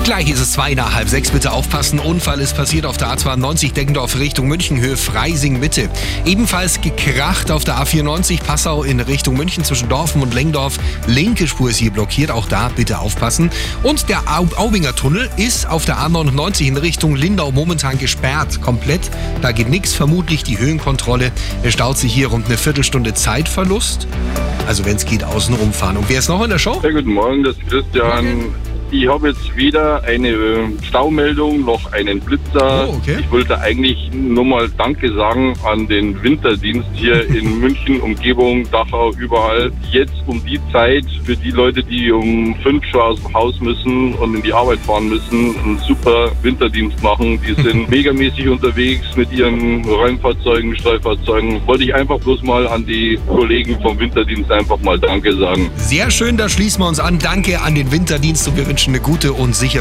Gleich ist es 2 nach halb 6. Bitte aufpassen. Unfall ist passiert auf der A92 Deggendorf Richtung München, Höhe Freising Mitte. Ebenfalls gekracht auf der A94 Passau in Richtung München zwischen Dorfen und Lengdorf. Linke Spur ist hier blockiert. Auch da bitte aufpassen. Und der Aubinger Tunnel ist auf der A99 in Richtung Lindau momentan gesperrt. Komplett. Da geht nichts. Vermutlich die Höhenkontrolle. Es staut sich hier rund eine Viertelstunde Zeitverlust. Also wenn es geht, außen rumfahren. Und wer ist noch in der Show? Ja, guten Morgen, das ist Christian. Ich habe jetzt weder eine Staumeldung noch einen Blitzer. Oh, okay. Ich wollte eigentlich nur mal Danke sagen an den Winterdienst hier in München, Umgebung, Dachau, überall. Jetzt um die Zeit für die Leute, die um 5 schon aus dem Haus müssen und in die Arbeit fahren müssen, einen super Winterdienst machen. Die sind megamäßig unterwegs mit ihren Räumfahrzeugen, Streufahrzeugen. Wollte ich einfach bloß mal an die Kollegen vom Winterdienst einfach mal Danke sagen. Sehr schön, da schließen wir uns an. Danke an den Winterdienst und wir wünschen eine gute und sichere